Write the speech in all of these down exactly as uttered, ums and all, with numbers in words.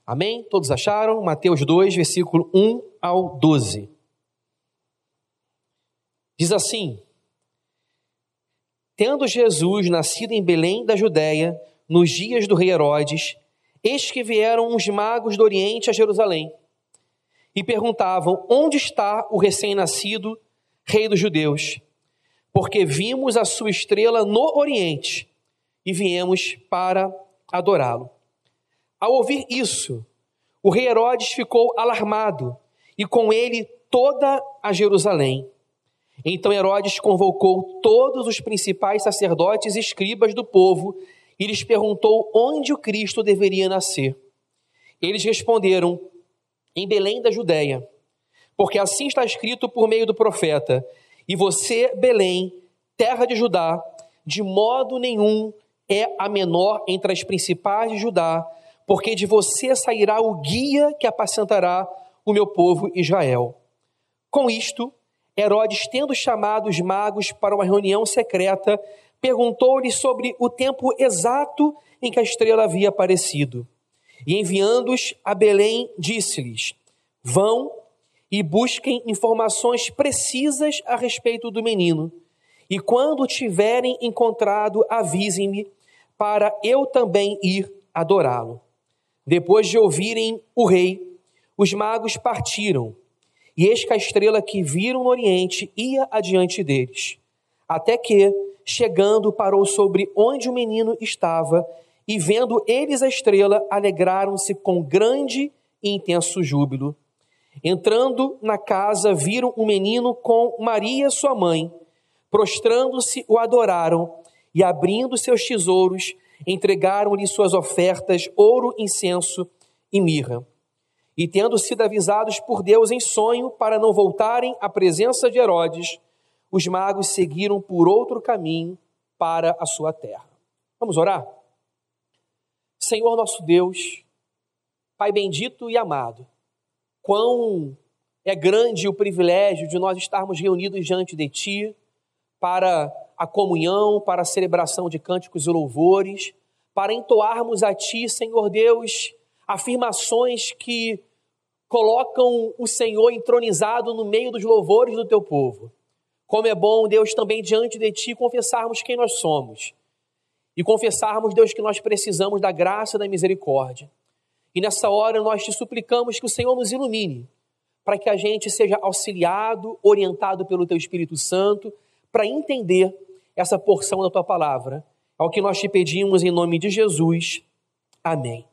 Amém? Todos acharam? Mateus dois, versículo um ao doze. Diz assim: Tendo Jesus nascido em Belém da Judéia, nos dias do rei Herodes, eis que vieram uns magos do Oriente a Jerusalém e perguntavam: onde está o recém-nascido rei dos judeus? Porque vimos a sua estrela no Oriente e viemos para adorá-lo. Ao ouvir isso, o rei Herodes ficou alarmado e com ele toda a Jerusalém. Então Herodes convocou todos os principais sacerdotes e escribas do povo e lhes perguntou onde o Cristo deveria nascer. Eles responderam: em Belém da Judéia, porque assim está escrito por meio do profeta: e você, Belém, terra de Judá, de modo nenhum é a menor entre as principais de Judá, porque de você sairá o guia que apacentará o meu povo Israel. Com isto, Herodes, tendo chamado os magos para uma reunião secreta, perguntou-lhes sobre o tempo exato em que a estrela havia aparecido. E enviando-os a Belém, disse-lhes: vão e busquem informações precisas a respeito do menino. E quando tiverem encontrado, avisem-me, para eu também ir adorá-lo. Depois de ouvirem o rei, os magos partiram. E eis que a estrela que viram no Oriente ia adiante deles, até que, chegando, parou sobre onde o menino estava, e vendo eles a estrela, alegraram-se com grande e intenso júbilo. Entrando na casa, viram o menino com Maria, sua mãe. Prostrando-se, o adoraram, e abrindo seus tesouros, entregaram-lhe suas ofertas, ouro, incenso e mirra. E tendo sido avisados por Deus em sonho para não voltarem à presença de Herodes, os magos seguiram por outro caminho para a sua terra. Vamos orar? Senhor nosso Deus, Pai bendito e amado, quão é grande o privilégio de nós estarmos reunidos diante de Ti para a comunhão, para a celebração de cânticos e louvores, para entoarmos a Ti, Senhor Deus, afirmações que colocam o Senhor entronizado no meio dos louvores do Teu povo. Como é bom, Deus, também diante de Ti confessarmos quem nós somos e confessarmos, Deus, que nós precisamos da graça e da misericórdia. E nessa hora nós Te suplicamos que o Senhor nos ilumine, para que a gente seja auxiliado, orientado pelo Teu Espírito Santo, para entender essa porção da Tua palavra. É o que nós Te pedimos em nome de Jesus. Amém.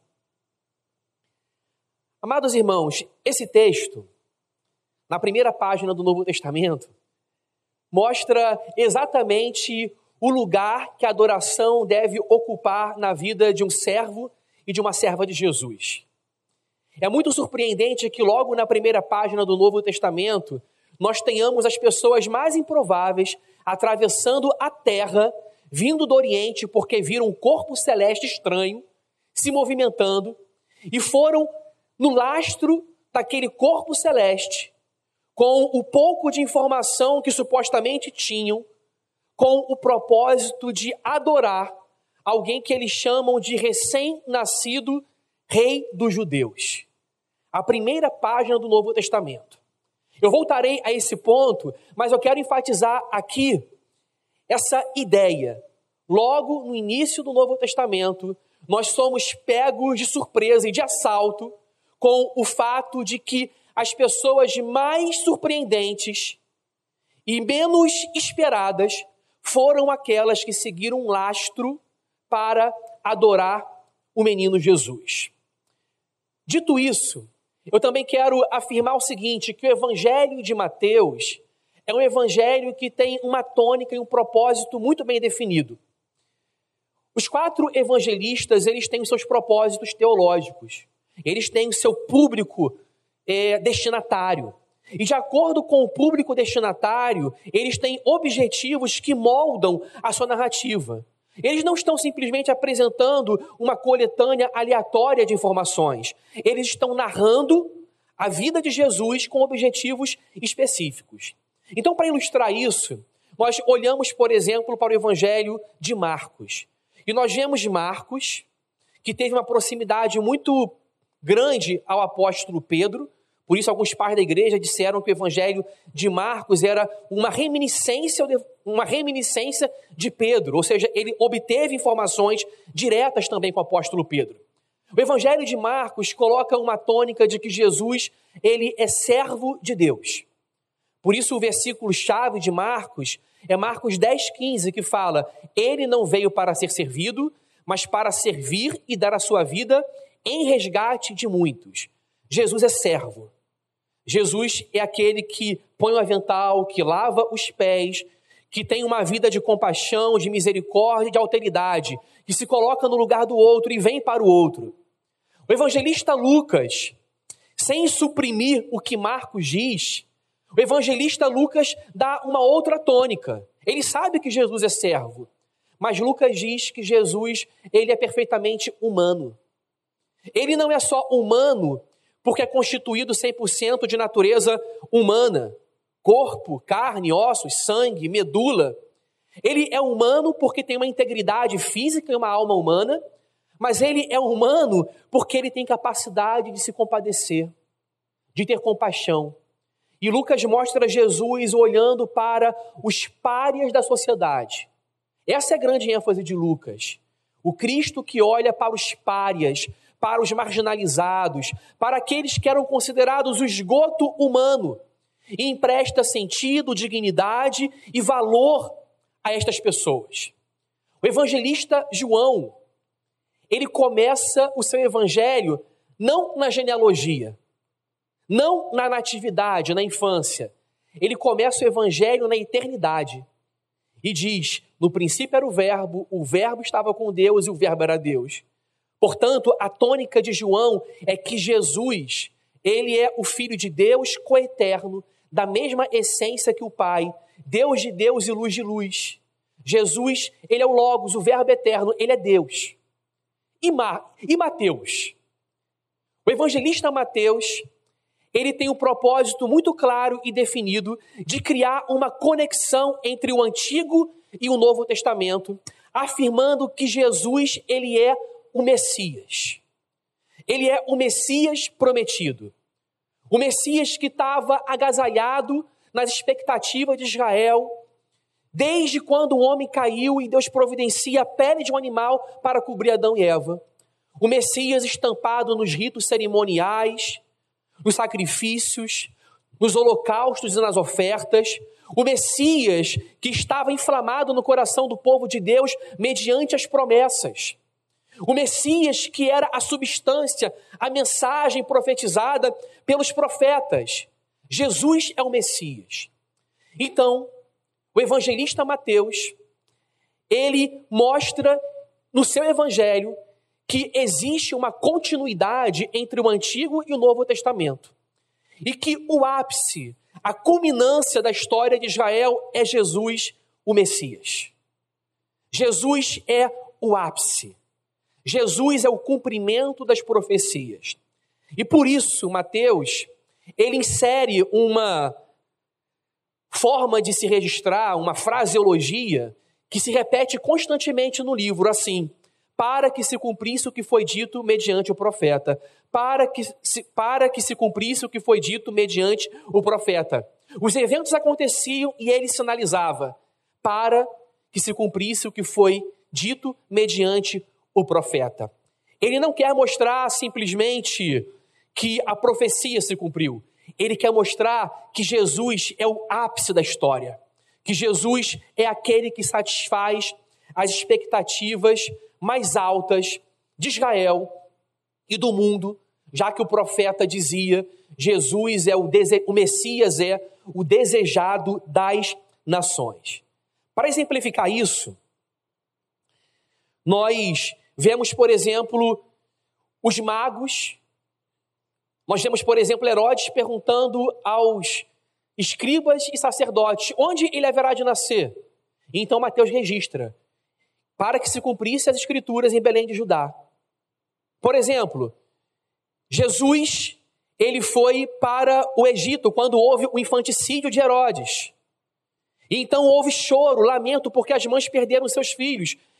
Amados irmãos, esse texto, na primeira página do Novo Testamento, mostra exatamente o lugar que a adoração deve ocupar na vida de um servo e de uma serva de Jesus. É muito surpreendente que logo na primeira página do Novo Testamento, nós tenhamos as pessoas mais improváveis atravessando a terra, vindo do Oriente, porque viram um corpo celeste estranho se movimentando e foram no lastro daquele corpo celeste, com o pouco de informação que supostamente tinham, com o propósito de adorar alguém que eles chamam de recém-nascido rei dos judeus. A primeira página do Novo Testamento. Eu voltarei a esse ponto, mas eu quero enfatizar aqui essa ideia. Logo no início do Novo Testamento, nós somos pegos de surpresa e de assalto com o fato de que as pessoas mais surpreendentes e menos esperadas foram aquelas que seguiram um lastro para adorar o menino Jesus. Dito isso, eu também quero afirmar o seguinte, que o Evangelho de Mateus é um evangelho que tem uma tônica e um propósito muito bem definido. Os quatro evangelistas, eles têm os seus propósitos teológicos. Eles têm o seu público é, destinatário. E de acordo com o público destinatário, eles têm objetivos que moldam a sua narrativa. Eles não estão simplesmente apresentando uma coletânea aleatória de informações. Eles estão narrando a vida de Jesus com objetivos específicos. Então, para ilustrar isso, nós olhamos, por exemplo, para o Evangelho de Marcos. E nós vemos Marcos, que teve uma proximidade muito grande ao apóstolo Pedro. Por isso, alguns pais da igreja disseram que o evangelho de Marcos era uma reminiscência, uma reminiscência de Pedro, ou seja, ele obteve informações diretas também com o apóstolo Pedro. O evangelho de Marcos coloca uma tônica de que Jesus, ele é servo de Deus. Por isso, o versículo-chave de Marcos é Marcos dez, quinze, que fala: ele não veio para ser servido, mas para servir e dar a sua vida em resgate de muitos. Jesus é servo. Jesus é aquele que põe o avental, que lava os pés, que tem uma vida de compaixão, de misericórdia, de alteridade, que se coloca no lugar do outro e vem para o outro. O evangelista Lucas, sem suprimir o que Marcos diz, o evangelista Lucas dá uma outra tônica. Ele sabe que Jesus é servo, mas Lucas diz que Jesus, ele é perfeitamente humano. Ele não é só humano porque é constituído cem por cento de natureza humana, corpo, carne, ossos, sangue, medula. Ele é humano porque tem uma integridade física e uma alma humana, mas ele é humano porque ele tem capacidade de se compadecer, de ter compaixão. E Lucas mostra Jesus olhando para os párias da sociedade. Essa é a grande ênfase de Lucas. O Cristo que olha para os párias, para os marginalizados, para aqueles que eram considerados o esgoto humano, e empresta sentido, dignidade e valor a estas pessoas. O evangelista João, ele começa o seu evangelho não na genealogia, não na natividade, na infância. Ele começa o evangelho na eternidade e diz: no princípio era o verbo, o verbo estava com Deus e o verbo era Deus. Portanto, a tônica de João é que Jesus, ele é o Filho de Deus coeterno, da mesma essência que o Pai, Deus de Deus e luz de luz. Jesus, ele é o Logos, o verbo eterno, ele é Deus. E, Ma, e Mateus? O evangelista Mateus, ele tem um propósito muito claro e definido de criar uma conexão entre o Antigo e o Novo Testamento, afirmando que Jesus, ele é o Messias. Ele é o Messias prometido. O Messias que estava agasalhado nas expectativas de Israel, desde quando o homem caiu e Deus providencia a pele de um animal para cobrir Adão e Eva. O Messias estampado nos ritos cerimoniais, nos sacrifícios, nos holocaustos e nas ofertas. O Messias que estava inflamado no coração do povo de Deus mediante as promessas. O Messias que era a substância, a mensagem profetizada pelos profetas. Jesus é o Messias. Então, o evangelista Mateus, ele mostra no seu evangelho que existe uma continuidade entre o Antigo e o Novo Testamento. E que o ápice, a culminância da história de Israel é Jesus, o Messias. Jesus é o ápice. Jesus é o cumprimento das profecias. E por isso, Mateus, ele insere uma forma de se registrar, uma fraseologia que se repete constantemente no livro, assim: para que se cumprisse o que foi dito mediante o profeta. Para que se, para que se cumprisse o que foi dito mediante o profeta. Os eventos aconteciam e ele sinalizava: para que se cumprisse o que foi dito mediante o profeta. Ele não quer mostrar simplesmente que a profecia se cumpriu. Ele quer mostrar que Jesus é o ápice da história. Que Jesus é aquele que satisfaz as expectativas mais altas de Israel e do mundo, já que o profeta dizia: Jesus é o, dese... o Messias é o desejado das nações. Para exemplificar isso, nós vemos, por exemplo, os magos. Nós vemos, por exemplo, Herodes perguntando aos escribas e sacerdotes: onde ele haverá de nascer? E então Mateus registra: para que se cumprisse as escrituras em Belém de Judá. Por exemplo, Jesus, ele foi para o Egito quando houve o infanticídio de Herodes. E então houve choro, lamento, porque as mães perderam seus filhos.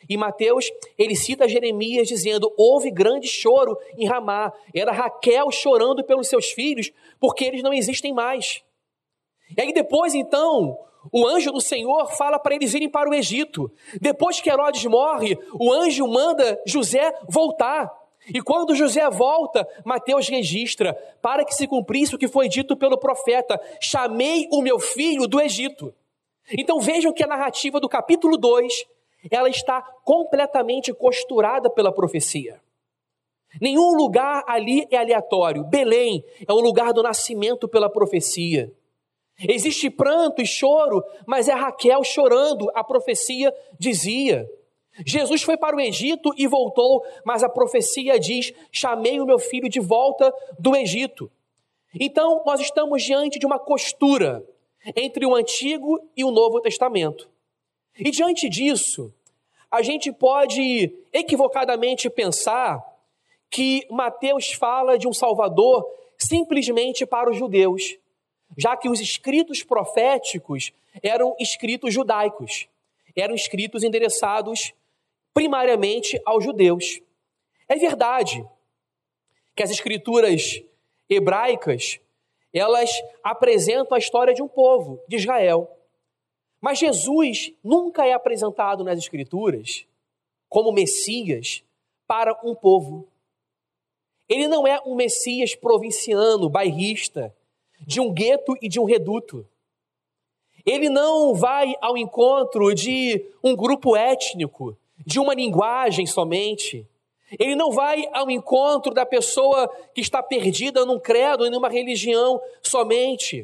E Mateus, ele cita Jeremias dizendo, houve grande choro em Ramá. Era Raquel chorando pelos seus filhos, porque eles não existem mais. E aí depois, então, o anjo do Senhor fala para eles irem para o Egito. Depois que Herodes morre, o anjo manda José voltar. E quando José volta, Mateus registra, para que se cumprisse o que foi dito pelo profeta, chamei o meu filho do Egito. Então vejam que a narrativa do capítulo dois, ela está completamente costurada pela profecia. Nenhum lugar ali é aleatório. Belém é o lugar do nascimento pela profecia. Existe pranto e choro, mas é Raquel chorando, a profecia dizia. Jesus foi para o Egito e voltou, mas a profecia diz, chamei o meu filho de volta do Egito. Então nós estamos diante de uma costura entre o Antigo e o Novo Testamento. E diante disso, a gente pode equivocadamente pensar que Mateus fala de um Salvador simplesmente para os judeus, já que os escritos proféticos eram escritos judaicos, eram escritos endereçados primariamente aos judeus. É verdade que as escrituras hebraicas, elas apresentam a história de um povo, de Israel. Mas Jesus nunca é apresentado nas Escrituras como Messias para um povo. Ele não é um Messias provinciano, bairrista, de um gueto e de um reduto. Ele não vai ao encontro de um grupo étnico, de uma linguagem somente. Ele não vai ao encontro da pessoa que está perdida num credo e numa religião somente.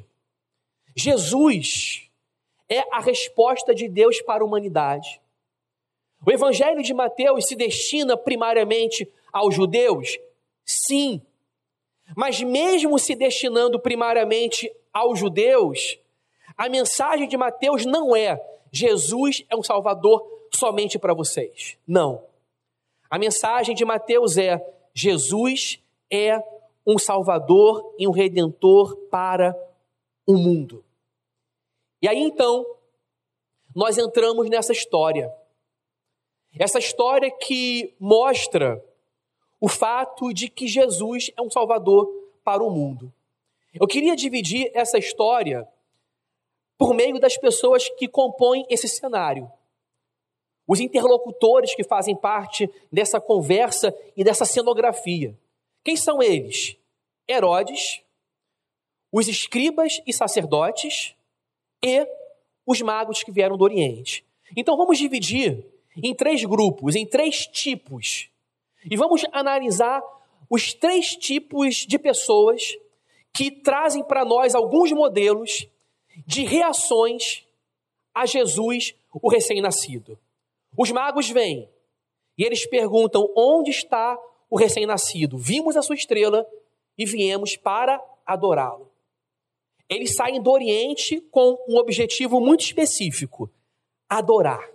Jesus é a resposta de Deus para a humanidade. O Evangelho de Mateus se destina primariamente aos judeus? Sim. Mas mesmo se destinando primariamente aos judeus, a mensagem de Mateus não é Jesus é um Salvador somente para vocês. Não. A mensagem de Mateus é Jesus é um Salvador e um Redentor para o mundo. E aí então, nós entramos nessa história. Essa história que mostra o fato de que Jesus é um Salvador para o mundo. Eu queria dividir essa história por meio das pessoas que compõem esse cenário. Os interlocutores que fazem parte dessa conversa e dessa cenografia. Quem são eles? Herodes, os escribas e sacerdotes e os magos que vieram do Oriente. Então vamos dividir em três grupos, em três tipos. E vamos analisar os três tipos de pessoas que trazem para nós alguns modelos de reações a Jesus, o recém-nascido. Os magos vêm e eles perguntam, onde está o recém-nascido? Vimos a sua estrela e viemos para adorá-lo. Eles saem do Oriente com um objetivo muito específico, adorar.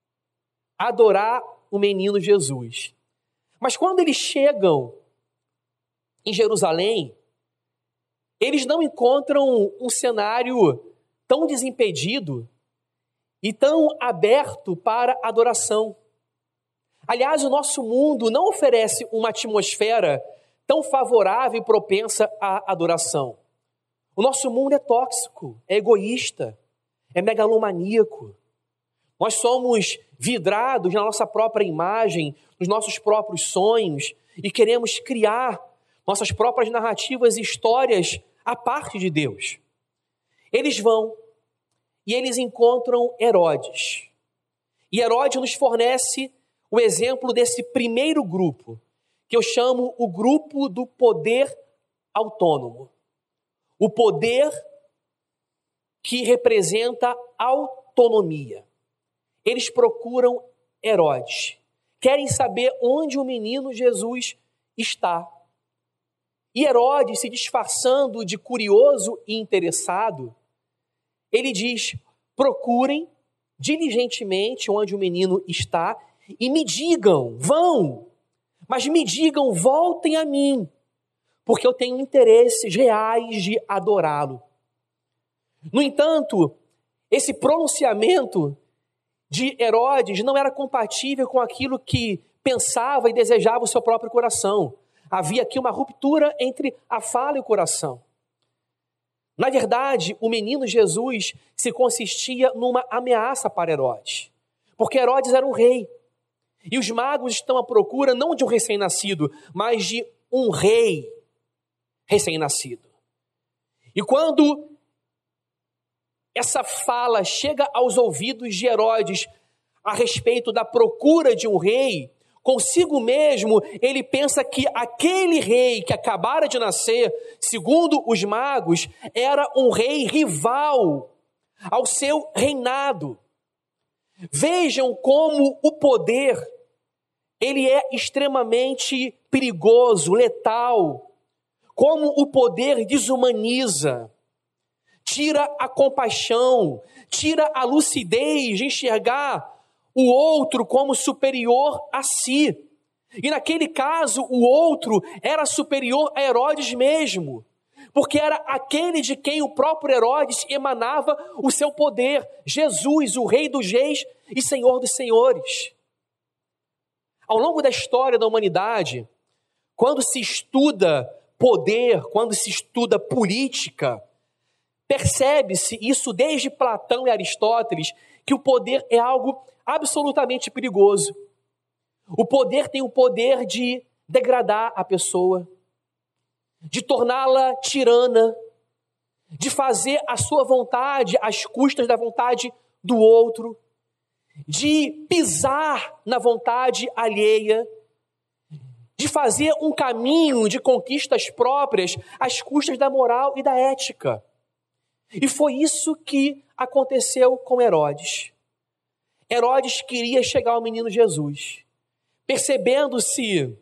Adorar o menino Jesus. Mas quando eles chegam em Jerusalém, eles não encontram um cenário tão desimpedido e tão aberto para adoração. Aliás, o nosso mundo não oferece uma atmosfera tão favorável e propensa à adoração. O nosso mundo é tóxico, é egoísta, é megalomaníaco. Nós somos vidrados na nossa própria imagem, nos nossos próprios sonhos e queremos criar nossas próprias narrativas e histórias à parte de Deus. Eles vão e eles encontram Herodes. E Herodes nos fornece o exemplo desse primeiro grupo, que eu chamo o grupo do poder autônomo. O poder que representa autonomia. Eles procuram Herodes. Querem saber onde o menino Jesus está. E Herodes, se disfarçando de curioso e interessado, ele diz, procurem diligentemente onde o menino está e me digam, vão, mas me digam, voltem a mim, porque eu tenho interesses reais de adorá-lo. No entanto, esse pronunciamento de Herodes não era compatível com aquilo que pensava e desejava o seu próprio coração. Havia aqui uma ruptura entre a fala e o coração. Na verdade, o menino Jesus se consistia numa ameaça para Herodes, porque Herodes era um rei. E os magos estão à procura não de um recém-nascido, mas de um rei recém-nascido. E quando essa fala chega aos ouvidos de Herodes a respeito da procura de um rei, consigo mesmo ele pensa que aquele rei que acabara de nascer, segundo os magos, era um rei rival ao seu reinado. Vejam como o poder, ele é extremamente perigoso, letal, como o poder desumaniza, tira a compaixão, tira a lucidez de enxergar o outro como superior a si. E naquele caso, o outro era superior a Herodes mesmo, porque era aquele de quem o próprio Herodes emanava o seu poder, Jesus, o Rei dos Reis e Senhor dos Senhores. Ao longo da história da humanidade, quando se estuda poder, quando se estuda política, percebe-se isso desde Platão e Aristóteles, que o poder é algo absolutamente perigoso. O poder tem o poder de degradar a pessoa, de torná-la tirana, de fazer a sua vontade às custas da vontade do outro, de pisar na vontade alheia, de fazer um caminho de conquistas próprias às custas da moral e da ética. E foi isso que aconteceu com Herodes. Herodes queria chegar ao menino Jesus. Percebendo-se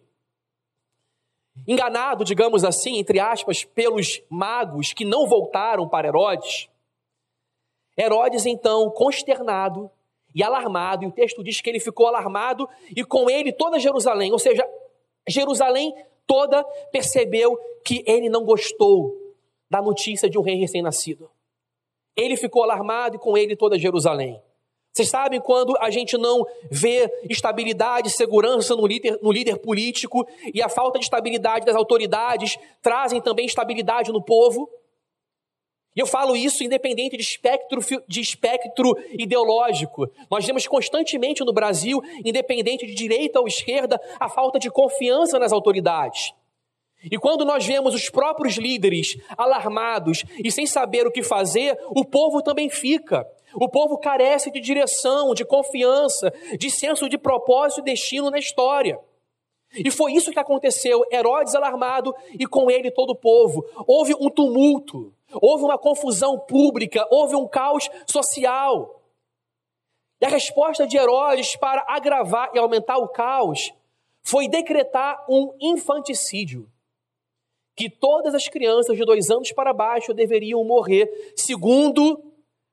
enganado, digamos assim, entre aspas, pelos magos que não voltaram para Herodes, Herodes, então, consternado e alarmado, e o texto diz que ele ficou alarmado e com ele toda Jerusalém, ou seja, Jerusalém toda percebeu que ele não gostou da notícia de um rei recém-nascido. Ele ficou alarmado e com ele toda Jerusalém. Vocês sabem quando a gente não vê estabilidade, segurança no líder, no líder político e a falta de estabilidade das autoridades trazem também estabilidade no povo? E eu falo isso independente de espectro, de espectro ideológico. Nós vemos constantemente no Brasil, independente de direita ou esquerda, a falta de confiança nas autoridades. E quando nós vemos os próprios líderes alarmados e sem saber o que fazer, o povo também fica. O povo carece de direção, de confiança, de senso de propósito e destino na história. E foi isso que aconteceu. Herodes alarmado e com ele todo o povo. Houve um tumulto, houve uma confusão pública, houve um caos social. E a resposta de Herodes para agravar e aumentar o caos foi decretar um infanticídio. Que todas as crianças de dois anos para baixo deveriam morrer, segundo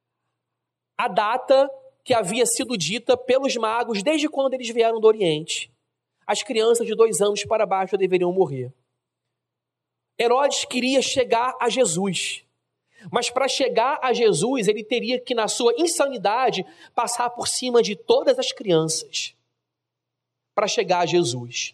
a data que havia sido dita pelos magos desde quando eles vieram do Oriente. As crianças de dois anos para baixo deveriam morrer. Herodes queria chegar a Jesus, mas para chegar a Jesus, ele teria que, na sua insanidade, passar por cima de todas as crianças para chegar a Jesus.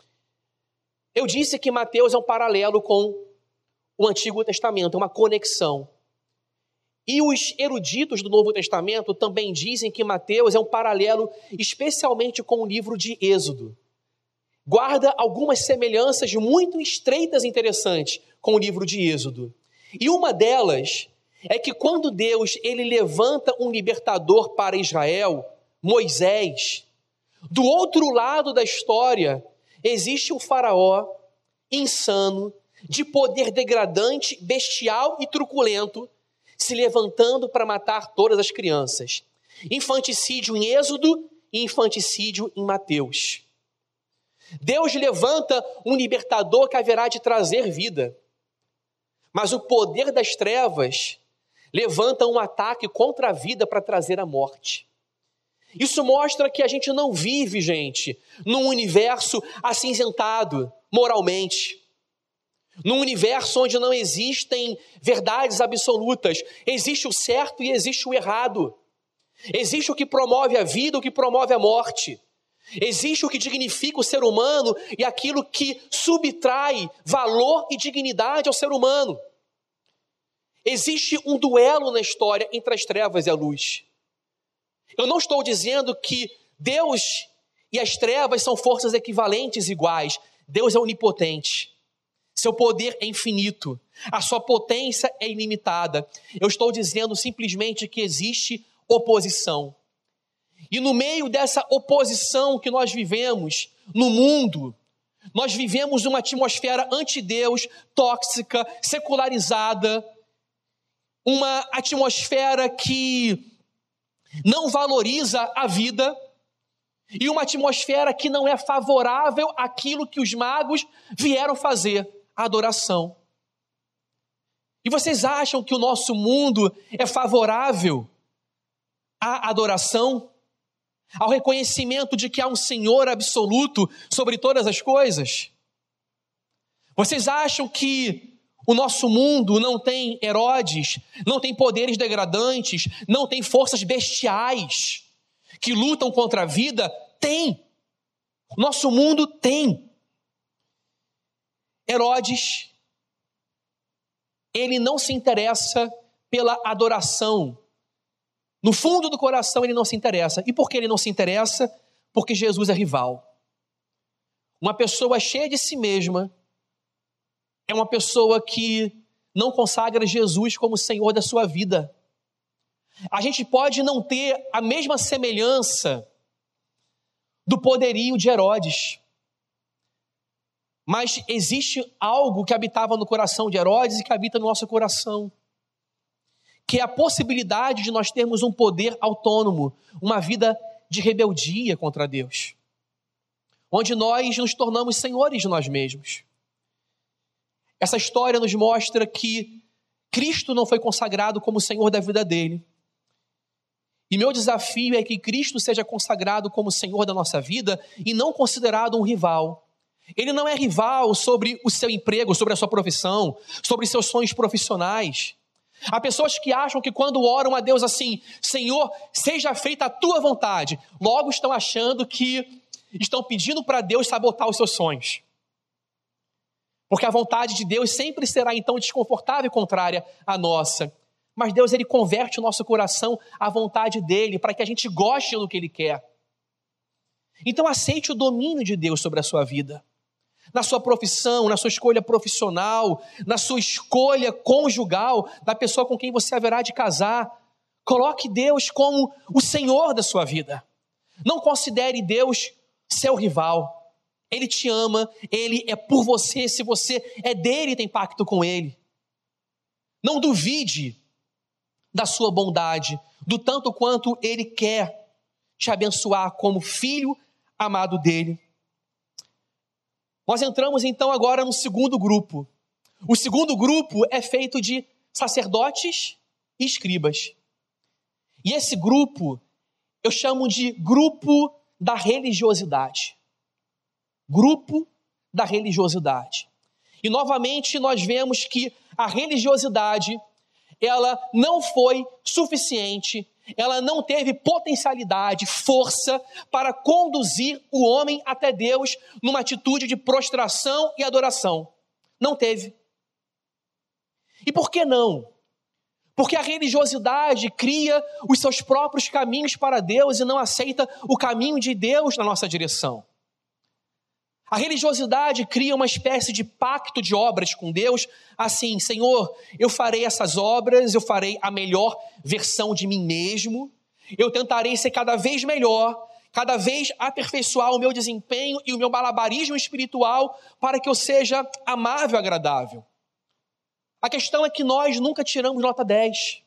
Eu disse que Mateus é um paralelo com o Antigo Testamento, é uma conexão. E os eruditos do Novo Testamento também dizem que Mateus é um paralelo especialmente com o livro de Êxodo. Guarda algumas semelhanças muito estreitas e interessantes com o livro de Êxodo. E uma delas é que quando Deus ele levanta um libertador para Israel, Moisés, do outro lado da história existe o faraó insano, de poder degradante, bestial e truculento, se levantando para matar todas as crianças. Infanticídio em Êxodo e infanticídio em Mateus. Deus levanta um libertador que haverá de trazer vida. Mas o poder das trevas levanta um ataque contra a vida para trazer a morte. Isso mostra que a gente não vive, gente, num universo acinzentado moralmente. Num universo onde não existem verdades absolutas. Existe o certo e existe o errado. Existe o que promove a vida, o que promove a morte. Existe o que dignifica o ser humano e aquilo que subtrai valor e dignidade ao ser humano. Existe um duelo na história entre as trevas e a luz. Eu não estou dizendo que Deus e as trevas são forças equivalentes, iguais. Deus é onipotente. Seu poder é infinito. A sua potência é ilimitada. Eu estou dizendo simplesmente que existe oposição. E no meio dessa oposição que nós vivemos no mundo, nós vivemos uma atmosfera anti-Deus, tóxica, secularizada, uma atmosfera que não valoriza a vida e uma atmosfera que não é favorável àquilo que os magos vieram fazer, a adoração. E vocês acham que o nosso mundo é favorável à adoração? Ao reconhecimento de que há um Senhor absoluto sobre todas as coisas? Vocês acham que o nosso mundo não tem Herodes, não tem poderes degradantes, não tem forças bestiais que lutam contra a vida? Tem. Nosso mundo tem. Herodes, ele não se interessa pela adoração. No fundo do coração ele não se interessa. E por que ele não se interessa? Porque Jesus é rival. Uma pessoa cheia de si mesma é uma pessoa que não consagra Jesus como Senhor da sua vida. A gente pode não ter a mesma semelhança do poderio de Herodes, mas existe algo que habitava no coração de Herodes e que habita no nosso coração, que é a possibilidade de nós termos um poder autônomo, uma vida de rebeldia contra Deus, onde nós nos tornamos senhores de nós mesmos. Essa história nos mostra que Cristo não foi consagrado como Senhor da vida dele. E meu desafio é que Cristo seja consagrado como Senhor da nossa vida e não considerado um rival. Ele não é rival sobre o seu emprego, sobre a sua profissão, sobre seus sonhos profissionais. Há pessoas que acham que quando oram a Deus assim, Senhor, seja feita a tua vontade, logo estão achando que estão pedindo para Deus sabotar os seus sonhos. Porque a vontade de Deus sempre será então desconfortável e contrária à nossa. Mas Deus, ele converte o nosso coração à vontade dele, para que a gente goste do que ele quer. Então aceite o domínio de Deus sobre a sua vida. Na sua profissão, na sua escolha profissional, na sua escolha conjugal, da pessoa com quem você haverá de casar. Coloque Deus como o Senhor da sua vida. Não considere Deus seu rival. Ele te ama, ele é por você, se você é dele, tem pacto com ele. Não duvide da sua bondade, do tanto quanto ele quer te abençoar como filho amado dele. Nós entramos então agora no segundo grupo. O segundo grupo é feito de sacerdotes e escribas. E esse grupo eu chamo de grupo da religiosidade. Grupo da religiosidade. E novamente nós vemos que a religiosidade, ela não foi suficiente, ela não teve potencialidade, força para conduzir o homem até Deus numa atitude de prostração e adoração. Não teve. E por que não? Porque a religiosidade cria os seus próprios caminhos para Deus e não aceita o caminho de Deus na nossa direção. A religiosidade cria uma espécie de pacto de obras com Deus, assim, Senhor, eu farei essas obras, eu farei a melhor versão de mim mesmo, eu tentarei ser cada vez melhor, cada vez aperfeiçoar o meu desempenho e o meu malabarismo espiritual para que eu seja amável e agradável. A questão é que nós nunca tiramos nota dez.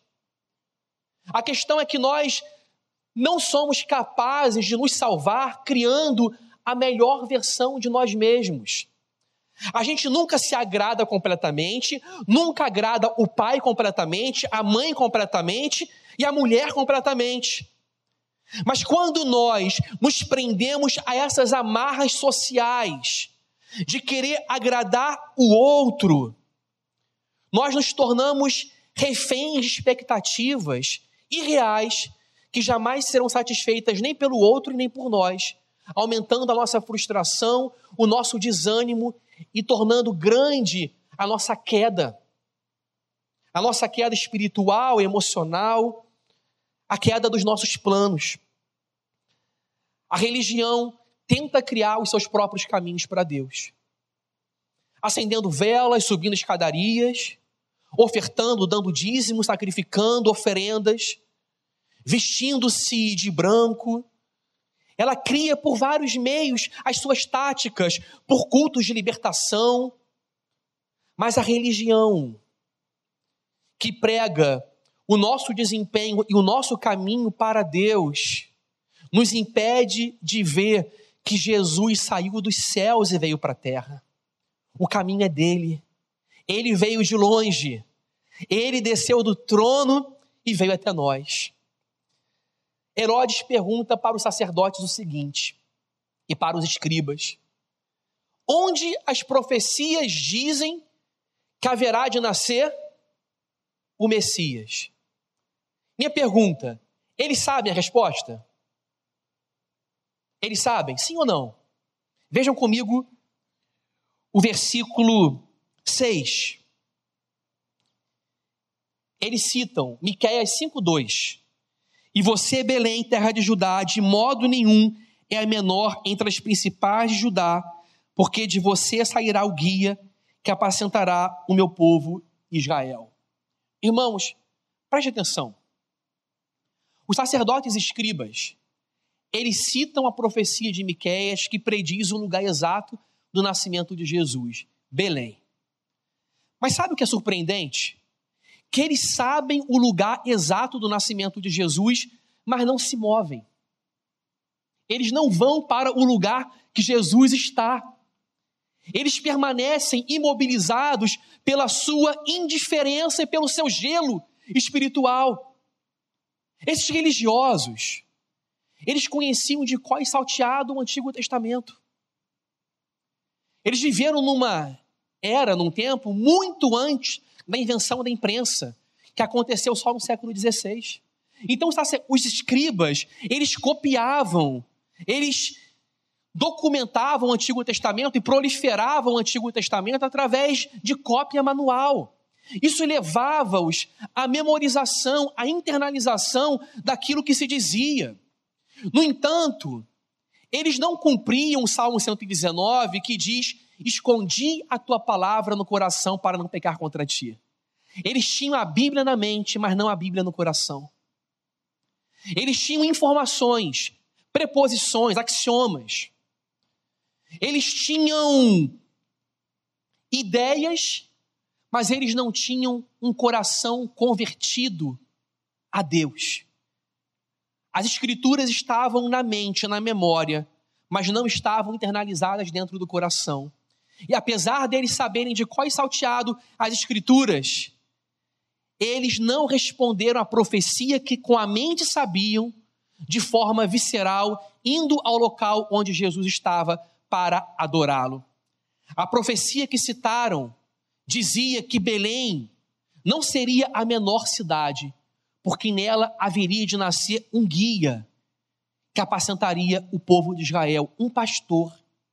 A questão é que nós não somos capazes de nos salvar criando a melhor versão de nós mesmos. A gente nunca se agrada completamente, nunca agrada o pai completamente, a mãe completamente e a mulher completamente. Mas quando nós nos prendemos a essas amarras sociais de querer agradar o outro, nós nos tornamos reféns de expectativas irreais que jamais serão satisfeitas nem pelo outro e nem por nós, aumentando a nossa frustração, o nosso desânimo e tornando grande a nossa queda. A nossa queda espiritual, emocional, a queda dos nossos planos. A religião tenta criar os seus próprios caminhos para Deus. Acendendo velas, subindo escadarias, ofertando, dando dízimos, sacrificando oferendas, vestindo-se de branco. Ela cria por vários meios as suas táticas, por cultos de libertação. Mas a religião que prega o nosso desempenho e o nosso caminho para Deus nos impede de ver que Jesus saiu dos céus e veio para a terra. O caminho é dele. Ele veio de longe. Ele desceu do trono e veio até nós. Herodes pergunta para os sacerdotes o seguinte, e para os escribas: onde as profecias dizem que haverá de nascer o Messias? Minha pergunta, eles sabem a resposta? Eles sabem, sim ou não? Vejam comigo o versículo seis. Eles citam Miqueias cinco, dois. E você, Belém, terra de Judá, de modo nenhum é a menor entre as principais de Judá, porque de você sairá o guia que apacentará o meu povo Israel. Irmãos, preste atenção. Os sacerdotes e escribas, eles citam a profecia de Miqueias que prediz o lugar exato do nascimento de Jesus, Belém. Mas sabe o que é surpreendente? Que eles sabem o lugar exato do nascimento de Jesus, mas não se movem. Eles não vão para o lugar que Jesus está. Eles permanecem imobilizados pela sua indiferença e pelo seu gelo espiritual. Esses religiosos, eles conheciam de cor e salteado o Antigo Testamento. Eles viveram numa era, num tempo, muito antes da invenção da imprensa, que aconteceu só no século dezesseis. Então, os escribas, eles copiavam, eles documentavam o Antigo Testamento e proliferavam o Antigo Testamento através de cópia manual. Isso levava-os à memorização, à internalização daquilo que se dizia. No entanto, eles não cumpriam o Salmo cento e dezenove, que diz: escondi a tua palavra no coração para não pecar contra ti. Eles tinham a Bíblia na mente, mas não a Bíblia no coração. Eles tinham informações, preposições, axiomas. Eles tinham ideias, mas eles não tinham um coração convertido a Deus. As escrituras estavam na mente, na memória, mas não estavam internalizadas dentro do coração. E apesar deles saberem de cor e salteado as escrituras, eles não responderam à profecia que com a mente sabiam, de forma visceral, indo ao local onde Jesus estava para adorá-lo. A profecia que citaram dizia que Belém não seria a menor cidade, porque nela haveria de nascer um guia que apacentaria o povo de Israel, um pastor.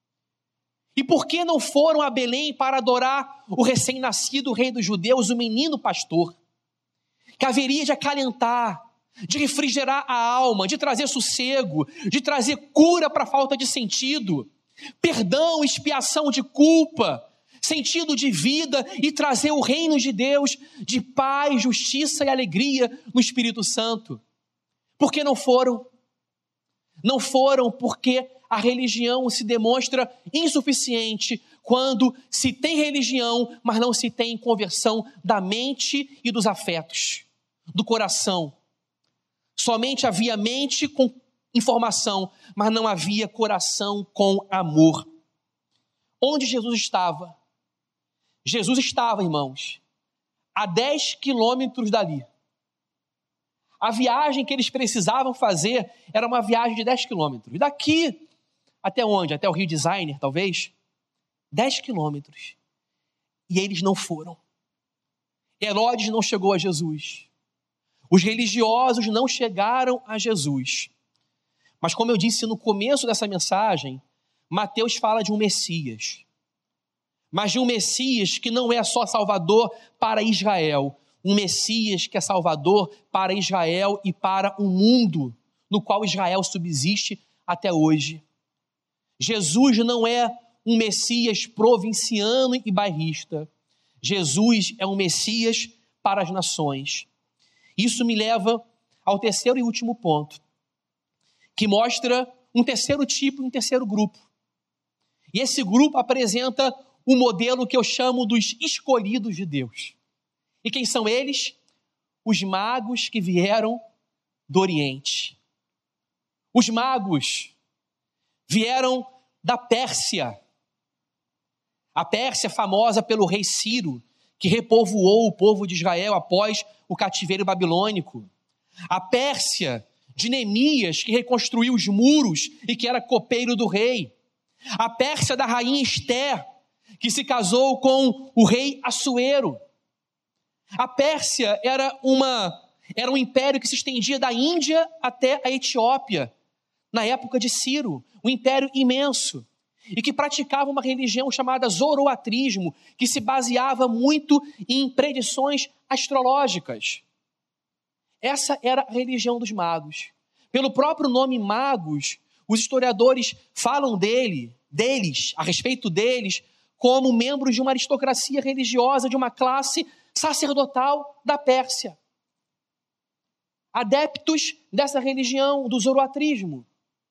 E por que não foram a Belém para adorar o recém-nascido rei dos judeus, o menino pastor, que haveria de acalentar, de refrigerar a alma, de trazer sossego, de trazer cura para a falta de sentido, perdão, expiação de culpa, sentido de vida e trazer o reino de Deus de paz, justiça e alegria no Espírito Santo? Por que não foram? Não foram porque a religião se demonstra insuficiente quando se tem religião, mas não se tem conversão da mente e dos afetos, do coração. Somente havia mente com informação, mas não havia coração com amor. Onde Jesus estava? Jesus estava, irmãos, a dez quilômetros dali. A viagem que eles precisavam fazer era uma viagem de dez quilômetros. Daqui até onde? Até o Rio Designer, talvez? dez quilômetros. E eles não foram. Herodes não chegou a Jesus. Os religiosos não chegaram a Jesus. Mas como eu disse no começo dessa mensagem, Mateus fala de um Messias. Mas de um Messias que não é só Salvador para Israel, um Messias que é Salvador para Israel e para o mundo no qual Israel subsiste até hoje. Jesus não é um Messias provinciano e bairrista. Jesus é um Messias para as nações. Isso me leva ao terceiro e último ponto, que mostra um terceiro tipo e um terceiro grupo. E esse grupo apresenta o modelo que eu chamo dos escolhidos de Deus. E quem são eles? Os magos que vieram do Oriente. Os magos vieram da Pérsia. A Pérsia, famosa pelo rei Ciro, que repovoou o povo de Israel após o cativeiro babilônico. A Pérsia de Neemias, que reconstruiu os muros e que era copeiro do rei. A Pérsia da rainha Ester, que se casou com o rei Assuero. A Pérsia era, uma, era um império que se estendia da Índia até a Etiópia, na época de Ciro, um império imenso, e que praticava uma religião chamada zoroatrismo, que se baseava muito em predições astrológicas. Essa era a religião dos magos. Pelo próprio nome magos, os historiadores falam dele, deles, a respeito deles, como membros de uma aristocracia religiosa, de uma classe sacerdotal da Pérsia. Adeptos dessa religião, do zoroatrismo.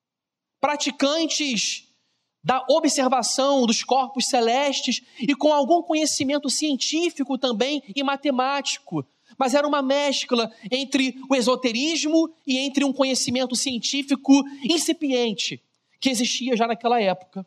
Praticantes da observação dos corpos celestes e com algum conhecimento científico também e matemático. Mas era uma mescla entre o esoterismo e entre um conhecimento científico incipiente que existia já naquela época.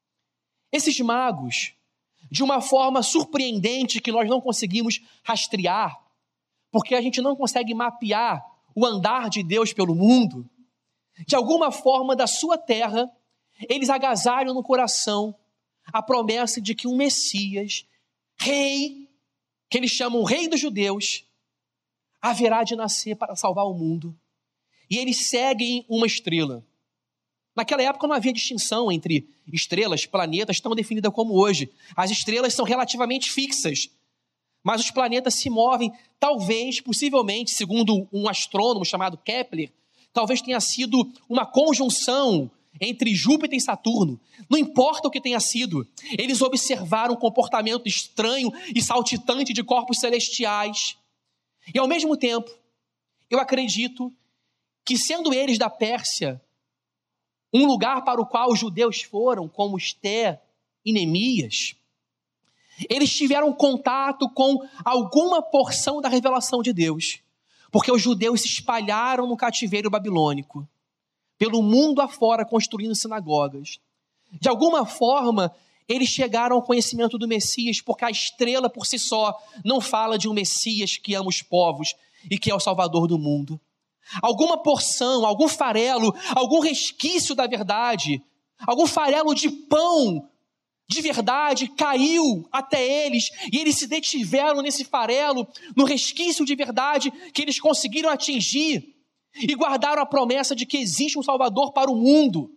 Esses magos, de uma forma surpreendente que nós não conseguimos rastrear, porque a gente não consegue mapear o andar de Deus pelo mundo, de alguma forma da sua terra, eles agasalham no coração a promessa de que um Messias, rei, que eles chamam rei dos judeus, haverá de nascer para salvar o mundo. E eles seguem uma estrela. Naquela época não havia distinção entre estrelas, planetas tão definida como hoje. As estrelas são relativamente fixas, mas os planetas se movem, talvez, possivelmente, segundo um astrônomo chamado Kepler, talvez tenha sido uma conjunção entre Júpiter e Saturno. Não importa o que tenha sido, eles observaram um comportamento estranho e saltitante de corpos celestiais. E ao mesmo tempo, eu acredito que, sendo eles da Pérsia, um lugar para o qual os judeus foram, como Ester e Neemias, eles tiveram contato com alguma porção da revelação de Deus, porque os judeus se espalharam no cativeiro babilônico, pelo mundo afora, construindo sinagogas. De alguma forma, eles chegaram ao conhecimento do Messias, porque a estrela por si só não fala de um Messias que ama os povos e que é o Salvador do mundo. Alguma porção, algum farelo, algum resquício da verdade, algum farelo de pão de verdade caiu até eles e eles se detiveram nesse farelo, no resquício de verdade que eles conseguiram atingir e guardaram a promessa de que existe um Salvador para o mundo.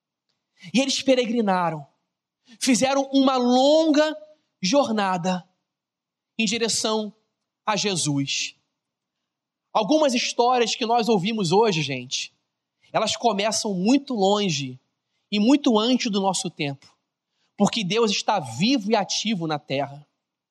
E eles peregrinaram, fizeram uma longa jornada em direção a Jesus. Algumas histórias que nós ouvimos hoje, gente, elas começam muito longe e muito antes do nosso tempo, porque Deus está vivo e ativo na terra.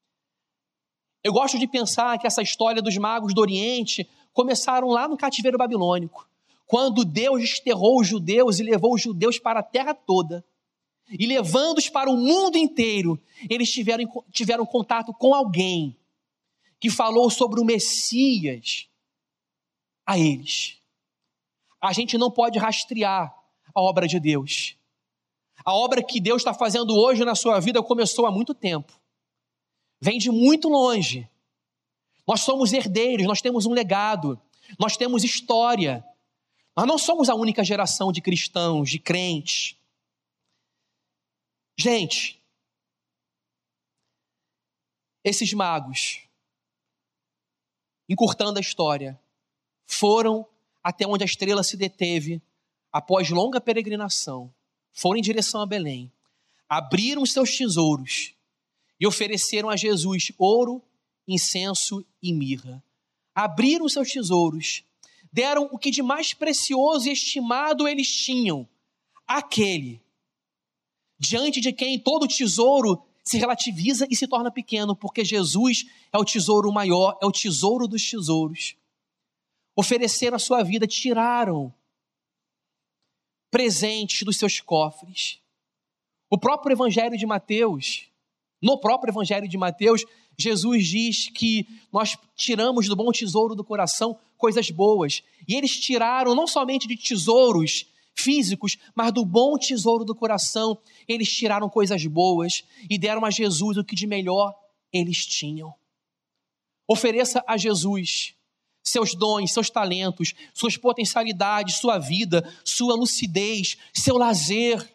Eu gosto de pensar que essa história dos magos do Oriente começaram lá no cativeiro babilônico, quando Deus desterrou os judeus e levou os judeus para a terra toda, e levando-os para o mundo inteiro, eles tiveram, tiveram contato com alguém que falou sobre o Messias a eles. A gente não pode rastrear a obra de Deus. A obra que Deus está fazendo hoje na sua vida começou há muito tempo. Vem de muito longe. Nós somos herdeiros, nós temos um legado, nós temos história. Nós não somos a única geração de cristãos, de crentes. Gente, esses magos, encurtando a história, foram até onde a estrela se deteve, após longa peregrinação, foram em direção a Belém, abriram os seus tesouros e ofereceram a Jesus ouro, incenso e mirra. Abriram os seus tesouros, deram o que de mais precioso e estimado eles tinham, aquele diante de quem todo tesouro se relativiza e se torna pequeno, porque Jesus é o tesouro maior, é o tesouro dos tesouros. Ofereceram a sua vida, tiraram presentes dos seus cofres. O próprio Evangelho de Mateus, no próprio Evangelho de Mateus, Jesus diz que nós tiramos do bom tesouro do coração coisas boas. E eles tiraram não somente de tesouros físicos, mas do bom tesouro do coração. Eles tiraram coisas boas e deram a Jesus o que de melhor eles tinham. Ofereça a Jesus seus dons, seus talentos, suas potencialidades, sua vida, sua lucidez, seu lazer.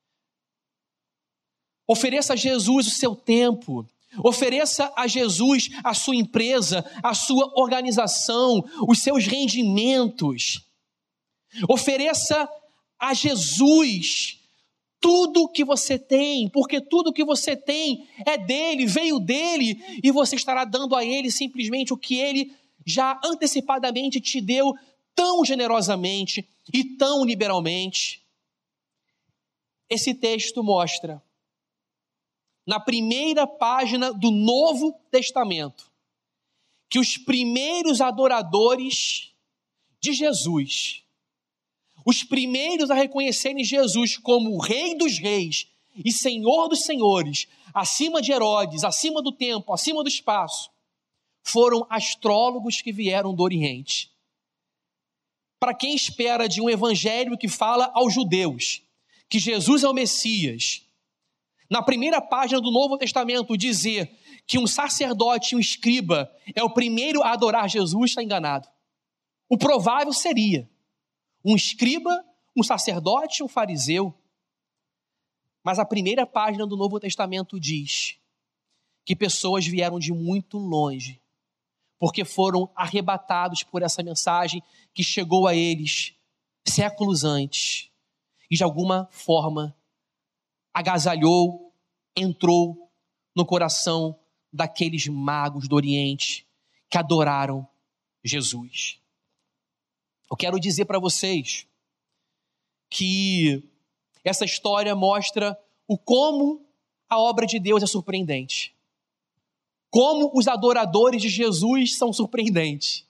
Ofereça a Jesus o seu tempo. Ofereça a Jesus a sua empresa, a sua organização, os seus rendimentos. Ofereça a Jesus tudo que você tem, porque tudo que você tem é dele, veio dele, e você estará dando a ele simplesmente o que ele já antecipadamente te deu tão generosamente e tão liberalmente. Esse texto mostra, na primeira página do Novo Testamento, que os primeiros adoradores de Jesus, os primeiros a reconhecerem Jesus como o Rei dos Reis e Senhor dos Senhores, acima de Herodes, acima do tempo, acima do espaço, foram astrólogos que vieram do Oriente. Para quem espera de um evangelho que fala aos judeus que Jesus é o Messias, na primeira página do Novo Testamento dizer que um sacerdote e um escriba é o primeiro a adorar Jesus, está enganado. O provável seria um escriba, um sacerdote, um fariseu. Mas a primeira página do Novo Testamento diz que pessoas vieram de muito longe, porque foram arrebatados por essa mensagem que chegou a eles séculos antes e de alguma forma agasalhou, entrou no coração daqueles magos do Oriente que adoraram Jesus. Eu quero dizer para vocês que essa história mostra o como a obra de Deus é surpreendente. Como os adoradores de Jesus são surpreendentes.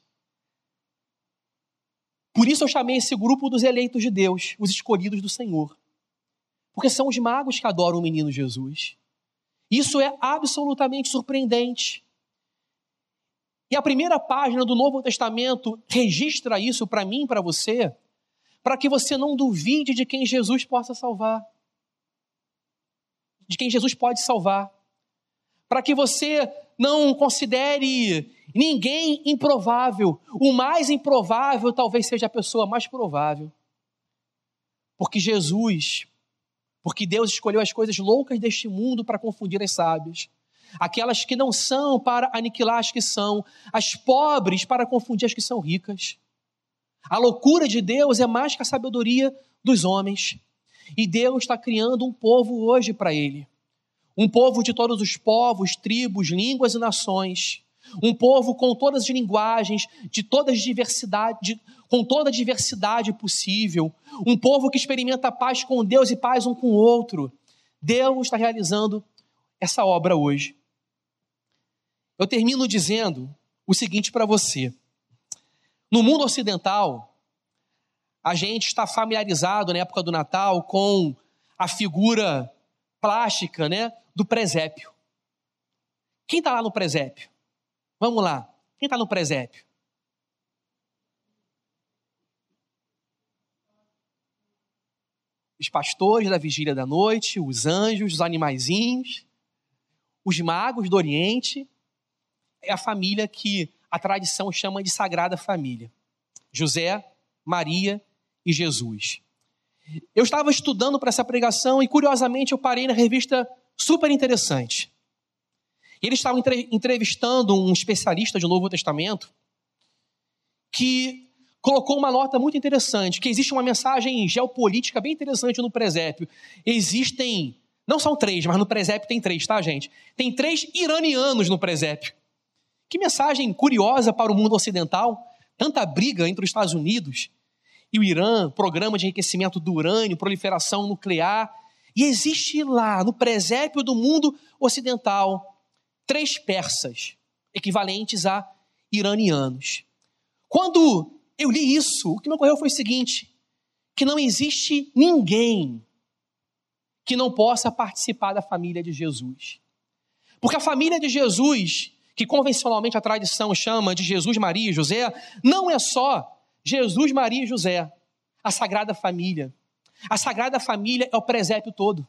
Por isso eu chamei esse grupo dos eleitos de Deus, os escolhidos do Senhor. Porque são os magos que adoram o menino Jesus. Isso é absolutamente surpreendente. E a primeira página do Novo Testamento registra isso para mim e para você, para que você não duvide de quem Jesus possa salvar. De quem Jesus pode salvar. Para que você não considere ninguém improvável. O mais improvável talvez seja a pessoa mais provável. Porque Jesus, porque Deus escolheu as coisas loucas deste mundo para confundir as sábias. Aquelas que não são para aniquilar as que são, as pobres para confundir as que são ricas. A loucura de Deus é mais que a sabedoria dos homens. E Deus está criando um povo hoje para Ele. Um povo de todos os povos, tribos, línguas e nações. Um povo com todas as linguagens, de todas as diversidades, de, com toda a diversidade possível. Um povo que experimenta paz com Deus e paz um com o outro. Deus está realizando essa obra hoje. Eu termino dizendo o seguinte para você. No mundo ocidental, a gente está familiarizado na época do Natal com a figura plástica, né, do presépio. Quem está lá no presépio? Vamos lá. Quem está no presépio? Os pastores da vigília da noite, os anjos, os animaizinhos, os magos do Oriente. É a família que a tradição chama de Sagrada Família. José, Maria e Jesus. Eu estava estudando para essa pregação e, curiosamente, eu parei na revista Super Interessante. Eles estavam entrevistando um especialista de Novo Testamento que colocou uma nota muito interessante, que existe uma mensagem geopolítica bem interessante no presépio. Existem, não são três, mas no presépio tem três, tá, gente? Tem três iranianos no presépio. Que mensagem curiosa para o mundo ocidental. Tanta briga entre os Estados Unidos e o Irã, programa de enriquecimento do urânio, proliferação nuclear. E existe lá, no presépio do mundo ocidental, três persas, equivalentes a iranianos. Quando eu li isso, o que me ocorreu foi o seguinte, que não existe ninguém que não possa participar da família de Jesus. Porque a família de Jesus, que convencionalmente a tradição chama de Jesus, Maria e José, não é só Jesus, Maria e José, a Sagrada Família. A Sagrada Família é o presépio todo.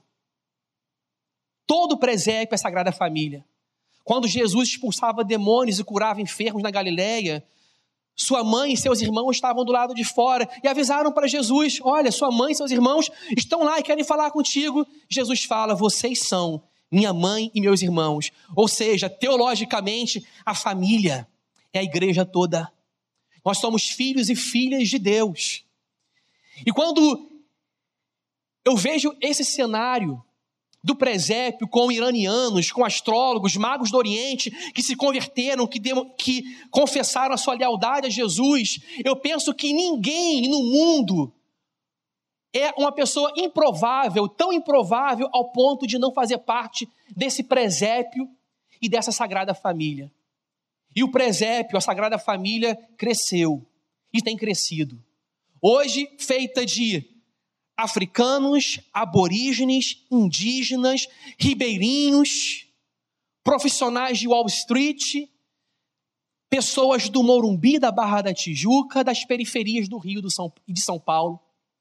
Todo o presépio é a Sagrada Família. Quando Jesus expulsava demônios e curava enfermos na Galileia, sua mãe e seus irmãos estavam do lado de fora e avisaram para Jesus, olha, sua mãe e seus irmãos estão lá e querem falar contigo. Jesus fala, vocês são minha mãe e meus irmãos. Ou seja, teologicamente, a família é a igreja toda. Nós somos filhos e filhas de Deus. E quando eu vejo esse cenário do presépio com iranianos, com astrólogos, magos do Oriente, que se converteram, que, demo, que confessaram a sua lealdade a Jesus, eu penso que ninguém no mundo é uma pessoa improvável, tão improvável ao ponto de não fazer parte desse presépio e dessa Sagrada Família. E o presépio, a Sagrada Família, cresceu e tem crescido. Hoje, feita de africanos, aborígenes, indígenas, ribeirinhos, profissionais de Wall Street, pessoas do Morumbi, da Barra da Tijuca, das periferias do Rio e de São Paulo.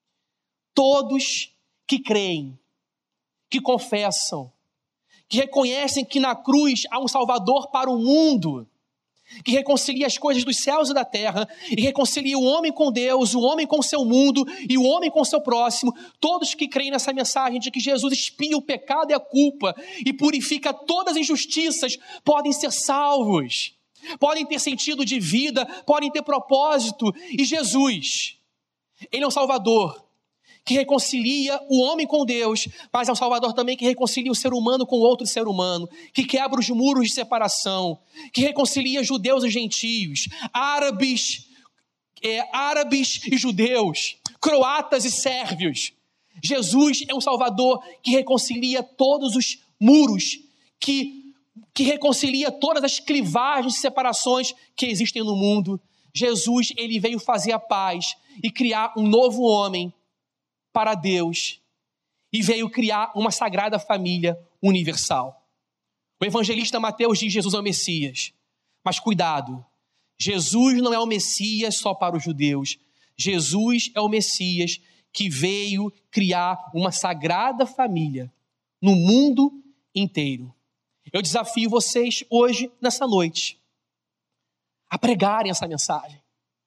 Todos que creem, que confessam, que reconhecem que na cruz há um Salvador para o mundo, que reconcilia as coisas dos céus e da terra, e reconcilia o homem com Deus, o homem com o seu mundo, e o homem com o seu próximo. Todos que creem nessa mensagem de que Jesus expia o pecado e a culpa, e purifica todas as injustiças, podem ser salvos, podem ter sentido de vida, podem ter propósito. E Jesus, Ele é um Salvador, que reconcilia o homem com Deus, mas é um Salvador também que reconcilia o ser humano com outro ser humano, que quebra os muros de separação, que reconcilia judeus e gentios, árabes, é, árabes e judeus, croatas e sérvios. Jesus é um Salvador que reconcilia todos os muros, que, que reconcilia todas as clivagens e separações que existem no mundo. Jesus, ele veio fazer a paz e criar um novo homem para Deus, e veio criar uma sagrada família universal. O evangelista Mateus diz: Jesus é o Messias. Mas cuidado, Jesus não é o Messias só para os judeus. Jesus é o Messias que veio criar uma sagrada família no mundo inteiro. Eu desafio vocês hoje, nessa noite, a pregarem essa mensagem,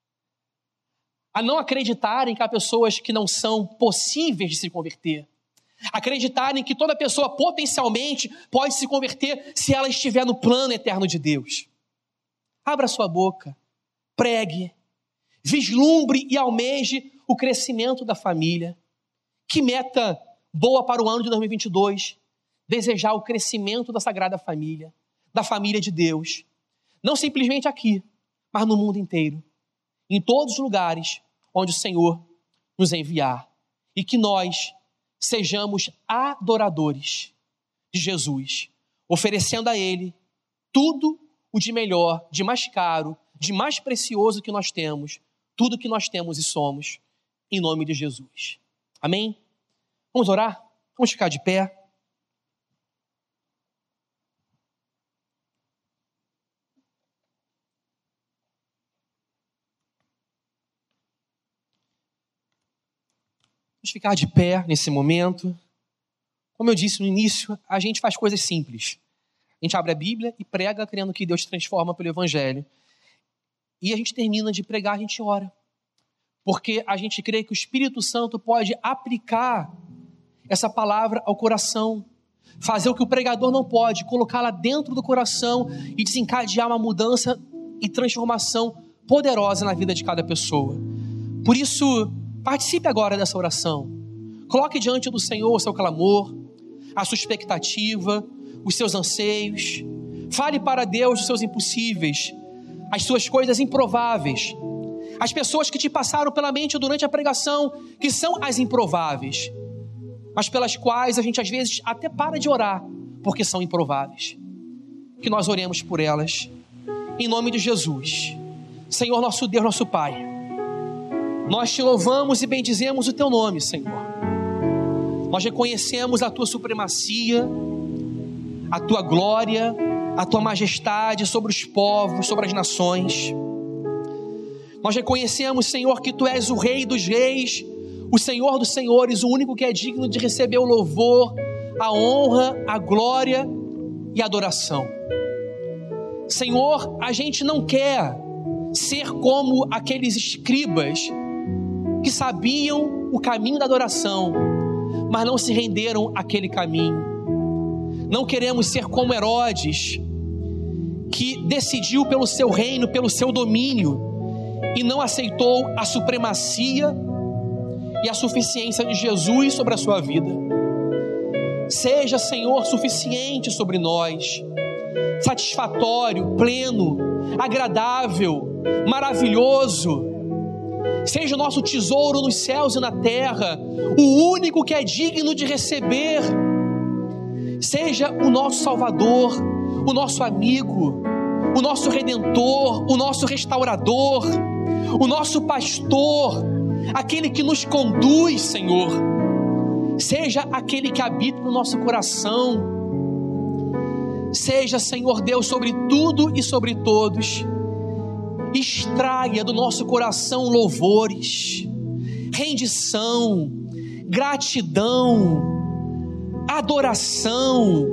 a não acreditarem que há pessoas que não são possíveis de se converter, acreditarem que toda pessoa potencialmente pode se converter se ela estiver no plano eterno de Deus. Abra sua boca, pregue, vislumbre e almeje o crescimento da família. Que meta boa para o ano de dois mil e vinte e dois, desejar o crescimento da Sagrada Família, da família de Deus, não simplesmente aqui, mas no mundo inteiro, em todos os lugares onde o Senhor nos enviar, e que nós sejamos adoradores de Jesus, oferecendo a Ele tudo o de melhor, de mais caro, de mais precioso que nós temos, tudo que nós temos e somos, em nome de Jesus. Amém? Vamos orar? Vamos ficar de pé. Vamos ficar de pé nesse momento. Como eu disse no início, a gente faz coisas simples. A gente abre a Bíblia e prega crendo que Deus transforma pelo Evangelho. E a gente termina de pregar, a gente ora. Porque a gente crê que o Espírito Santo pode aplicar essa palavra ao coração. Fazer o que o pregador não pode, colocá-la dentro do coração e desencadear uma mudança e transformação poderosa na vida de cada pessoa. Por isso, participe agora dessa oração. Coloque diante do Senhor o seu clamor, a sua expectativa, os seus anseios. Fale para Deus os seus impossíveis, as suas coisas improváveis, as pessoas que te passaram pela mente durante a pregação, que são as improváveis, mas pelas quais a gente às vezes até para de orar, porque são improváveis. Que nós oremos por elas, em nome de Jesus. Senhor nosso Deus, nosso Pai, nós te louvamos e bendizemos o teu nome, Senhor. Nós reconhecemos a tua supremacia, a tua glória, a tua majestade sobre os povos, sobre as nações. Nós reconhecemos, Senhor, que tu és o Rei dos reis, o Senhor dos senhores, o único que é digno de receber o louvor, a honra, a glória e a adoração. Senhor, a gente não quer ser como aqueles escribas que sabiam o caminho da adoração, mas não se renderam àquele caminho. Não queremos ser como Herodes, que decidiu pelo seu reino, pelo seu domínio, e não aceitou a supremacia e a suficiência de Jesus sobre a sua vida. Seja, Senhor, suficiente sobre nós, satisfatório, pleno, agradável, maravilhoso. Seja o nosso tesouro nos céus e na terra, o único que é digno de receber. Seja o nosso Salvador, o nosso amigo, o nosso Redentor, o nosso Restaurador, o nosso Pastor, aquele que nos conduz, Senhor. Seja aquele que habita no nosso coração. Seja, Senhor Deus, sobre tudo e sobre todos. Extraia do nosso coração louvores, rendição, gratidão, adoração,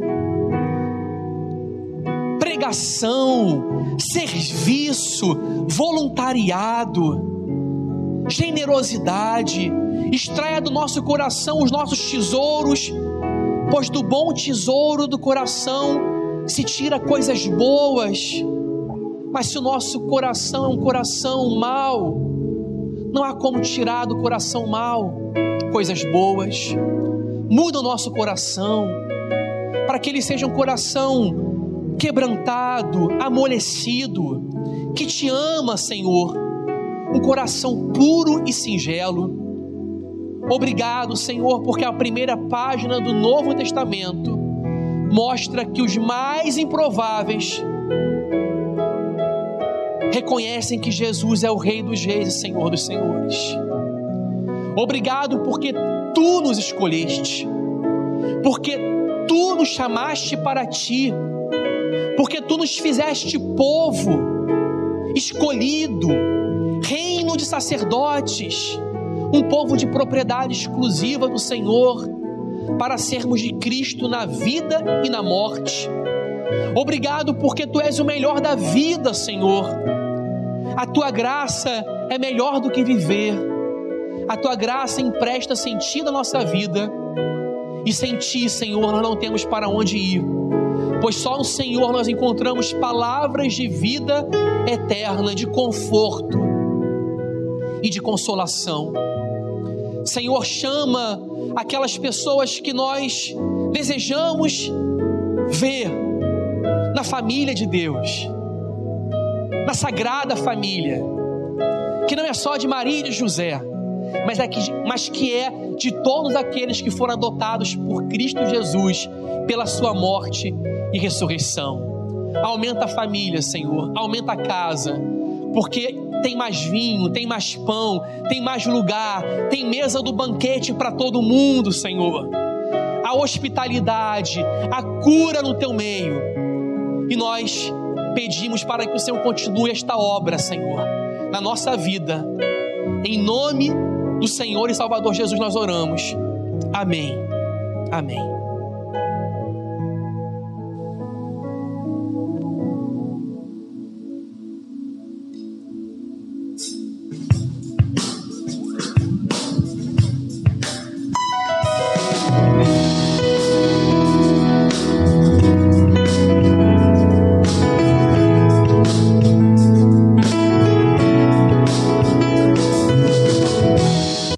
pregação, serviço, voluntariado, generosidade. Extraia do nosso coração os nossos tesouros, pois do bom tesouro do coração se tira coisas boas. Mas se o nosso coração é um coração mau, não há como tirar do coração mau coisas boas. Muda o nosso coração, para que ele seja um coração quebrantado, amolecido, que te ama, Senhor, um coração puro e singelo. Obrigado, Senhor, porque a primeira página do Novo Testamento mostra que os mais improváveis reconhecem que Jesus é o Rei dos reis e Senhor dos senhores. Obrigado porque tu nos escolheste, porque tu nos chamaste para ti, porque tu nos fizeste povo escolhido, reino de sacerdotes, um povo de propriedade exclusiva do Senhor, para sermos de Cristo na vida e na morte. Obrigado porque tu és o melhor da vida, Senhor. A tua graça é melhor do que viver. A tua graça empresta sentido à nossa vida. E sem ti, Senhor, nós não temos para onde ir, pois só no Senhor nós encontramos palavras de vida eterna, de conforto e de consolação. Senhor, chama aquelas pessoas que nós desejamos ver na família de Deus, na Sagrada Família, que não é só de Maria e de José, mas, é que, mas que é de todos aqueles que foram adotados por Cristo Jesus, pela sua morte e ressurreição. Aumenta a família, Senhor, aumenta a casa, porque tem mais vinho, tem mais pão, tem mais lugar, tem mesa do banquete para todo mundo, Senhor. A hospitalidade, a cura no teu meio. E nós pedimos para que o Senhor continue esta obra, Senhor, na nossa vida. Em nome do Senhor e Salvador Jesus nós oramos. Amém. Amém.